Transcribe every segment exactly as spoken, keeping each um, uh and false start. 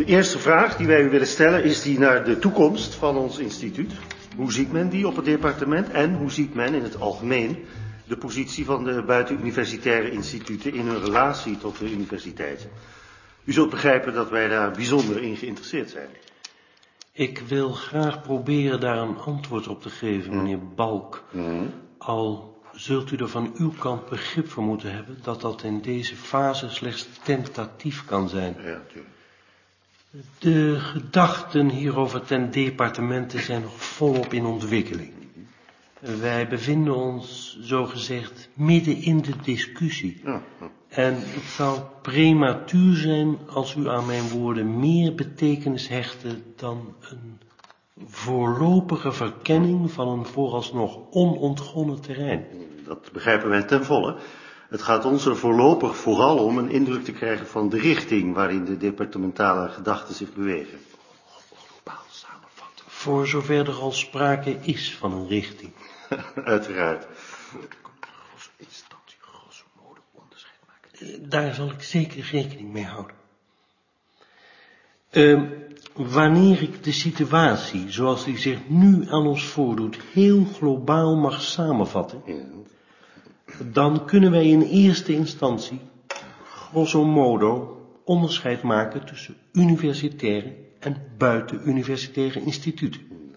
De eerste vraag die wij u willen stellen is die naar de toekomst van ons instituut. Hoe ziet men die op het departement en hoe ziet men in het algemeen de positie van de buitenuniversitaire instituten in hun relatie tot de universiteiten? U zult begrijpen dat wij daar bijzonder in geïnteresseerd zijn. Ik wil graag proberen daar een antwoord op te geven, meneer Balk. Mm. Al zult u er van uw kant begrip voor moeten hebben dat dat in deze fase slechts tentatief kan zijn. Ja, natuurlijk. De gedachten hierover ten departementen zijn nog volop in ontwikkeling. Wij bevinden ons, zogezegd, midden in de discussie. Ja. En het zou prematuur zijn als u aan mijn woorden meer betekenis hechtte dan een voorlopige verkenning van een vooralsnog onontgonnen terrein. Dat begrijpen wij ten volle. Het gaat ons er voorlopig vooral om een indruk te krijgen van de richting waarin de departementale gedachten zich bewegen. Globaal samenvatten. Voor zover er al sprake is van een richting. Uiteraard. Is dat u grosso modo onderscheid maken? Daar zal ik zeker rekening mee houden. Uh, wanneer ik de situatie, zoals die zich nu aan ons voordoet, heel globaal mag samenvatten, Ja. Dan kunnen wij in eerste instantie, grosso modo, onderscheid maken tussen universitaire en buitenuniversitaire instituten.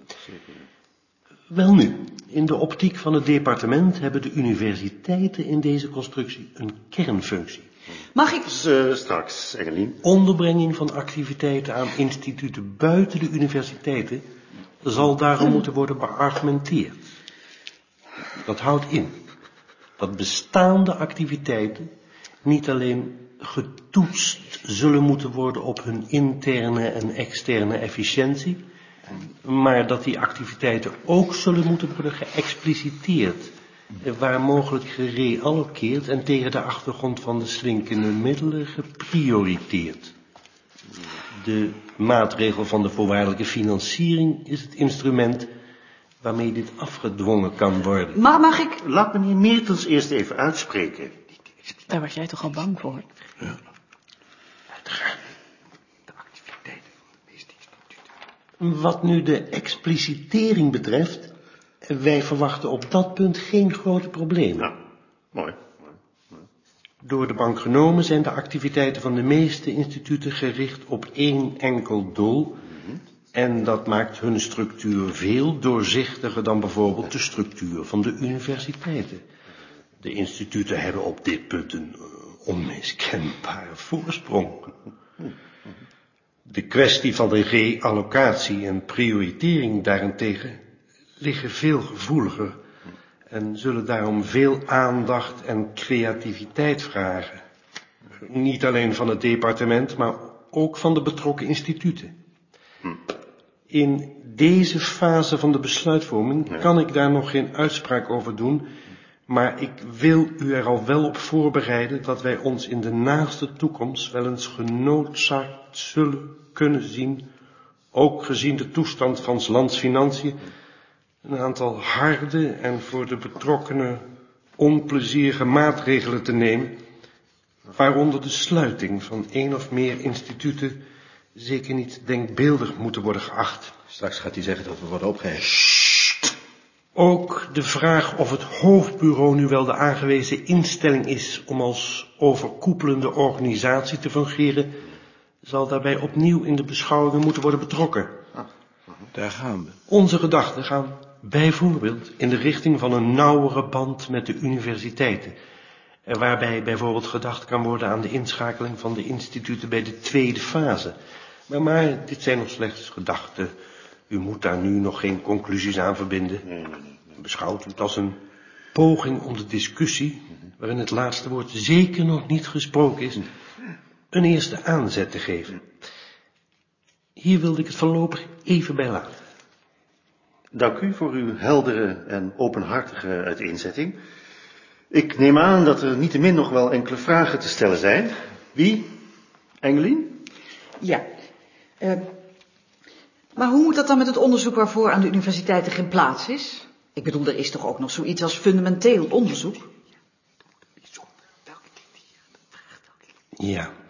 Welnu, in de optiek van het departement hebben de universiteiten in deze constructie een kernfunctie. Mag ik? Uh, straks, Engelien. Onderbrenging van activiteiten aan instituten buiten de universiteiten zal daarom moeten worden beargumenteerd. Dat houdt in dat bestaande activiteiten niet alleen getoetst zullen moeten worden op hun interne en externe efficiëntie, maar dat die activiteiten ook zullen moeten worden geëxpliciteerd, waar mogelijk gereallokeerd en tegen de achtergrond van de slinkende middelen geprioriteerd. De maatregel van de voorwaardelijke financiering is het instrument waarmee dit afgedwongen kan worden. Mag, mag ik? Laat meneer Meertens eerst even uitspreken. Daar was jij toch al bang voor? Ja. Uiteraard. De activiteiten van de meeste instituten. Wat nu de explicitering betreft, wij verwachten op dat punt geen grote problemen. Nou, mooi. Door de bank genomen zijn de activiteiten van de meeste instituten gericht op één enkel doel. En dat maakt hun structuur veel doorzichtiger dan bijvoorbeeld de structuur van de universiteiten. De instituten hebben op dit punt een uh, onmiskenbare voorsprong. De kwestie van de reallocatie en prioritering daarentegen liggen veel gevoeliger en zullen daarom veel aandacht en creativiteit vragen. Niet alleen van het departement, maar ook van de betrokken instituten. In deze fase van de besluitvorming ja. kan ik daar nog geen uitspraak over doen, maar ik wil u er al wel op voorbereiden dat wij ons in de naaste toekomst wel eens genoodzaakt zullen kunnen zien, ook gezien de toestand van 's lands financiën, een aantal harde en voor de betrokkenen onplezierige maatregelen te nemen, waaronder de sluiting van één of meer instituten zeker niet denkbeeldig moeten worden geacht. Straks gaat hij zeggen dat we worden opgeheven. Ook de vraag of het hoofdbureau nu wel de aangewezen instelling is om als overkoepelende organisatie te fungeren, zal daarbij opnieuw in de beschouwingen moeten worden betrokken. Daar gaan we. Onze gedachten gaan bijvoorbeeld in de richting van een nauwere band met de universiteiten, waarbij bijvoorbeeld gedacht kan worden aan de inschakeling van de instituten bij de tweede fase. Maar, maar dit zijn nog slechts gedachten. U moet daar nu nog geen conclusies aan verbinden. Beschouwt u het als een poging om de discussie, waarin het laatste woord zeker nog niet gesproken is, een eerste aanzet te geven. Hier wilde ik het voorlopig even bij laten. Dank u voor uw heldere en openhartige uiteenzetting. Ik neem aan dat er niettemin nog wel enkele vragen te stellen zijn. Wie? Engelien? Ja. Uh, maar hoe moet dat dan met het onderzoek waarvoor aan de universiteiten geen plaats is? Ik bedoel, er is toch ook nog zoiets als fundamenteel onderzoek? Ja.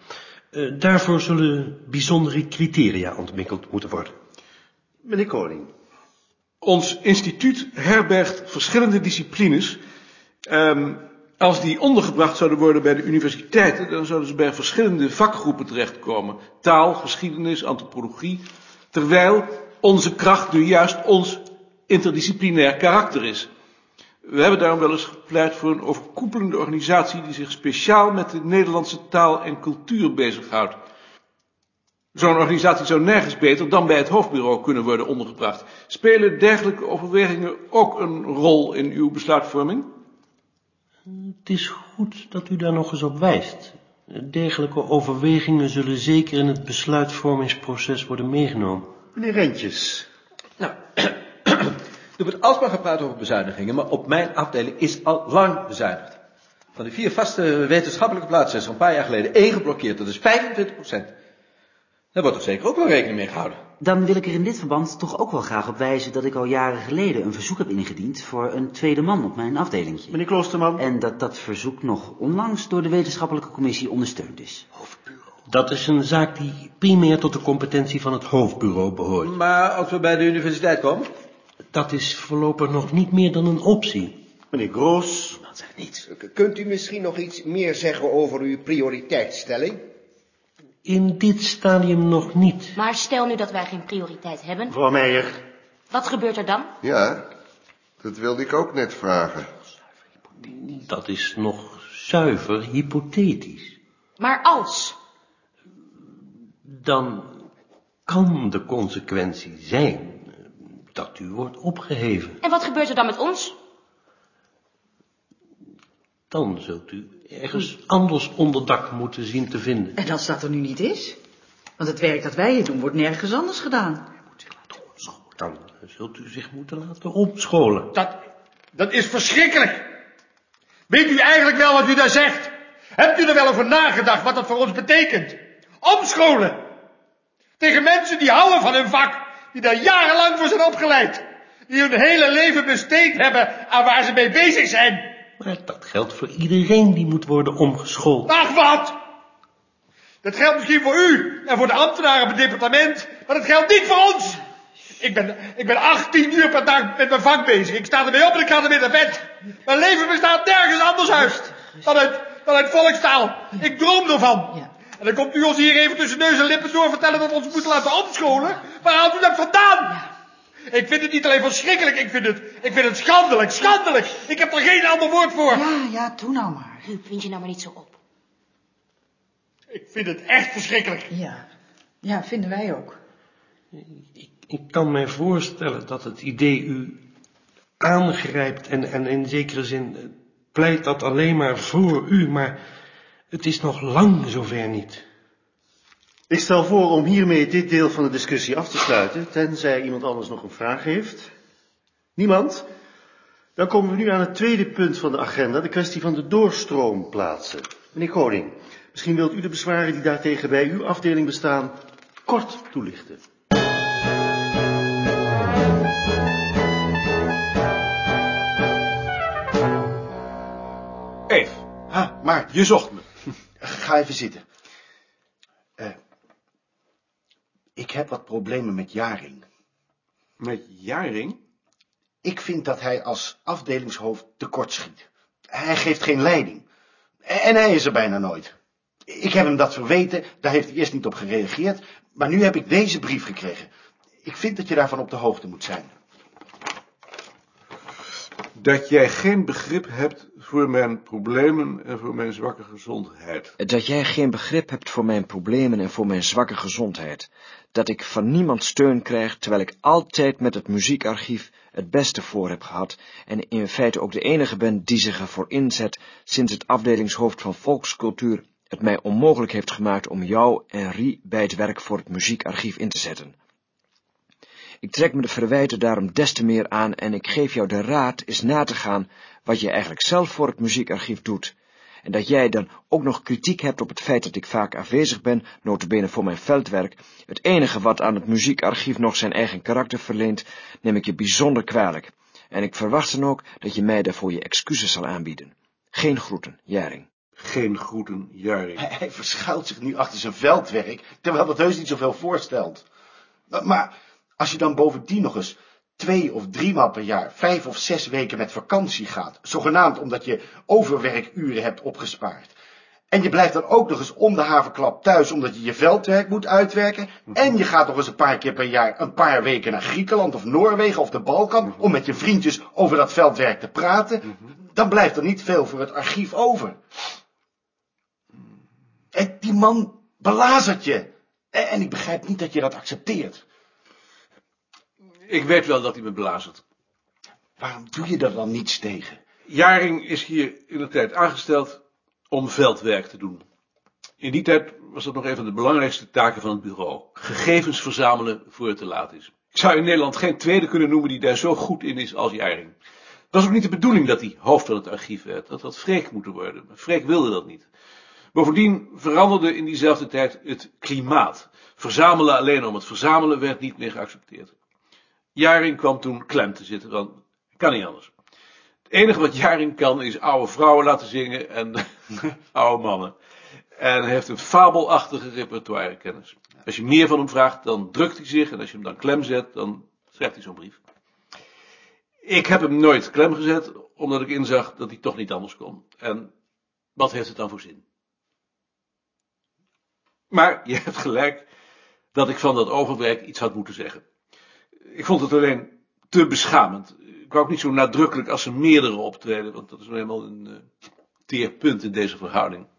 Uh, daarvoor zullen bijzondere criteria ontwikkeld moeten worden. Meneer Koning. Ons instituut herbergt verschillende disciplines. Um, als die ondergebracht zouden worden bij de universiteiten, dan zouden ze bij verschillende vakgroepen terechtkomen. Taal, geschiedenis, antropologie. Terwijl onze kracht nu juist ons interdisciplinair karakter is. We hebben daarom wel eens gepleit voor een overkoepelende organisatie die zich speciaal met de Nederlandse taal en cultuur bezighoudt. Zo'n organisatie zou nergens beter dan bij het hoofdbureau kunnen worden ondergebracht. Spelen dergelijke overwegingen ook een rol in uw besluitvorming? Het is goed dat u daar nog eens op wijst. Dergelijke overwegingen zullen zeker in het besluitvormingsproces worden meegenomen. Meneer Rentjes. Nou, er wordt alsmaar gepraat over bezuinigingen, maar op mijn afdeling is al lang bezuinigd. Van de vier vaste wetenschappelijke plaatsen is er een paar jaar geleden één geblokkeerd, dat is vijfentwintig procent. Daar wordt toch zeker ook wel rekening mee gehouden. Dan wil ik er in dit verband toch ook wel graag op wijzen dat ik al jaren geleden een verzoek heb ingediend voor een tweede man op mijn afdelingje. Meneer Kloosterman. En dat dat verzoek nog onlangs door de wetenschappelijke commissie ondersteund is. Dat is een zaak die primair tot de competentie van het hoofdbureau behoort. Maar als we bij de universiteit komen? Dat is voorlopig nog niet meer dan een optie. Meneer Groos. Dat zegt niets. Kunt u misschien nog iets meer zeggen over uw prioriteitsstelling? In dit stadium nog niet. Maar stel nu dat wij geen prioriteit hebben. Mevrouw Meijer. Wat gebeurt er dan? Ja, dat wilde ik ook net vragen. Dat is nog zuiver hypothetisch. Maar als? Dan kan de consequentie zijn dat u wordt opgeheven. En wat gebeurt er dan met ons? Dan zult u ergens anders onderdak moeten zien te vinden. En als dat er nu niet is? Want het werk dat wij hier doen wordt nergens anders gedaan. Dan zult u zich moeten laten omscholen. Dat, dat is verschrikkelijk. Weet u eigenlijk wel wat u daar zegt? Hebt u er wel over nagedacht wat dat voor ons betekent? Omscholen. Tegen mensen die houden van hun vak. Die daar jarenlang voor zijn opgeleid. Die hun hele leven besteed hebben aan waar ze mee bezig zijn. Maar dat geldt voor iedereen die moet worden omgeschoold. Ach wat! Dat geldt misschien voor u en voor de ambtenaren op het departement, maar dat geldt niet voor ons. Ik ben, ik ben achttien uur per dag met mijn vak bezig. Ik sta ermee op en ik ga ermee naar bed. Mijn leven bestaat nergens anders uit dan uit, dan uit volkstaal. Ik droom ervan. Ja. En dan komt u ons hier even tussen neus en lippen door vertellen dat we ons moeten laten omscholen. Waar haalt u dat vandaan? Ja. Ik vind het niet alleen verschrikkelijk, ik vind het, ik vind het schandelijk, schandelijk. Ik heb er geen ander woord voor. Ja, ja, doe nou maar. Huub, wind je nou maar niet zo op. Ik vind het echt verschrikkelijk. Ja, ja, vinden wij ook. Ik, ik kan mij voorstellen dat het idee u aangrijpt en, en in zekere zin pleit dat alleen maar voor u, maar het is nog lang zover niet. Ik stel voor om hiermee dit deel van de discussie af te sluiten, tenzij iemand anders nog een vraag heeft. Niemand? Dan komen we nu aan het tweede punt van de agenda, de kwestie van de doorstroomplaatsen. Meneer Koning, misschien wilt u de bezwaren die daartegen bij uw afdeling bestaan kort toelichten. Eve, Ah, Maarten, je zocht me. ga even zitten. Uh, ik heb wat problemen met Jaring. Met Jaring? Ik vind dat hij als afdelingshoofd tekortschiet. Hij geeft geen leiding. En hij is er bijna nooit. Ik heb hem dat verweten, daar heeft hij eerst niet op gereageerd, maar nu heb ik deze brief gekregen. Ik vind dat je daarvan op de hoogte moet zijn. Dat jij geen begrip hebt voor mijn problemen en voor mijn zwakke gezondheid. Dat jij geen begrip hebt voor mijn problemen en voor mijn zwakke gezondheid. Dat ik van niemand steun krijg, terwijl ik altijd met het muziekarchief het beste voor heb gehad en in feite ook de enige ben die zich ervoor inzet sinds het afdelingshoofd van volkscultuur het mij onmogelijk heeft gemaakt om jou en Rie bij het werk voor het muziekarchief in te zetten. Ik trek me de verwijten daarom des te meer aan en ik geef jou de raad eens na te gaan wat je eigenlijk zelf voor het muziekarchief doet. En dat jij dan ook nog kritiek hebt op het feit dat ik vaak afwezig ben, nota bene voor mijn veldwerk. Het enige wat aan het muziekarchief nog zijn eigen karakter verleent, neem ik je bijzonder kwalijk. En ik verwacht dan ook dat je mij daarvoor je excuses zal aanbieden. Geen groeten, Jaring. Geen groeten, Jaring. Hij, hij verschuilt zich nu achter zijn veldwerk, terwijl dat heus niet zoveel voorstelt. Maar, maar als je dan bovendien nog eens twee of drie maal per jaar, vijf of zes weken met vakantie gaat, zogenaamd omdat je overwerkuren hebt opgespaard, en je blijft dan ook nog eens om de haverklap thuis, omdat je je veldwerk moet uitwerken, en je gaat nog eens een paar keer per jaar een paar weken naar Griekenland of Noorwegen of de Balkan, om met je vriendjes over dat veldwerk te praten, dan blijft er niet veel voor het archief over. En die man belazert je. En ik begrijp niet dat je dat accepteert. Ik weet wel dat hij me belazert. Waarom doe je er dan niets tegen? Jaring is hier in de tijd aangesteld om veldwerk te doen. In die tijd was dat nog een van de belangrijkste taken van het bureau. Gegevens verzamelen voor het te laat is. Ik zou in Nederland geen tweede kunnen noemen die daar zo goed in is als Jaring. Het was ook niet de bedoeling dat hij hoofd van het archief werd. Dat had Freek moeten worden. Maar Freek wilde dat niet. Bovendien veranderde in diezelfde tijd het klimaat. Verzamelen alleen om het verzamelen werd niet meer geaccepteerd. Jaring kwam toen klem te zitten, want kan niet anders. Het enige wat Jaring kan is oude vrouwen laten zingen en oude mannen. En hij heeft een fabelachtige repertoirekennis. Als je meer van hem vraagt, dan drukt hij zich en als je hem dan klem zet, dan schrijft hij zo'n brief. Ik heb hem nooit klem gezet, omdat ik inzag dat hij toch niet anders kon. En wat heeft het dan voor zin? Maar je hebt gelijk dat ik van dat overwerk iets had moeten zeggen. Ik vond het alleen te beschamend. Ik wou ook niet zo nadrukkelijk als er meerdere optreden, want dat is nou eenmaal een uh, teerpunt in deze verhouding.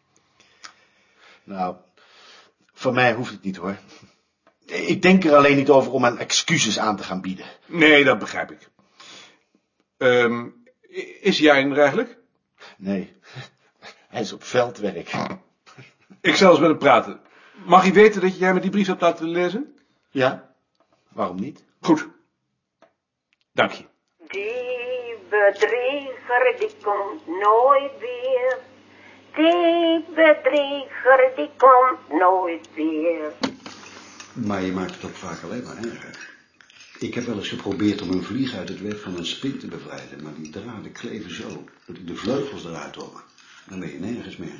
Nou, van mij hoeft het niet hoor. Ik denk er alleen niet over om aan excuses aan te gaan bieden. Nee, dat begrijp ik. Um, is Jaring er eigenlijk? Nee, hij is op veldwerk. Ik zal eens met hem praten. Mag hij weten dat jij me die brief hebt laten lezen? Ja, waarom niet? Goed. Dank je. Die bedrieger die komt nooit weer. Die bedrieger die komt nooit weer. Maar je maakt het ook vaak alleen maar erger. Ik heb wel eens geprobeerd om een vlieg uit het web van een spin te bevrijden, maar die draden kleven zo dat ik de vleugels eruit trok. Dan ben je nergens meer.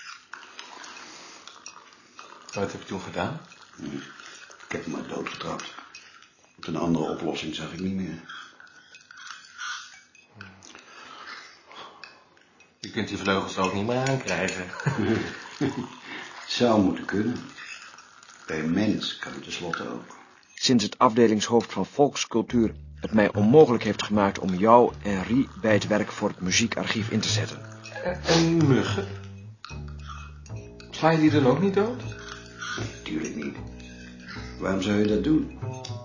Wat heb je toen gedaan? Ik heb hem maar doodgetrapt. Want een andere oplossing zag ik niet meer. Je kunt die vleugels er ook niet meer aankrijgen. Zou moeten kunnen. Bij een mens kan het tenslotte ook. Sinds het afdelingshoofd van Volkscultuur het mij onmogelijk heeft gemaakt om jou en Rie bij het werk voor het muziekarchief in te zetten. En muggen? Sla je die dan ook niet dood? Natuurlijk niet. Waarom zou je dat doen?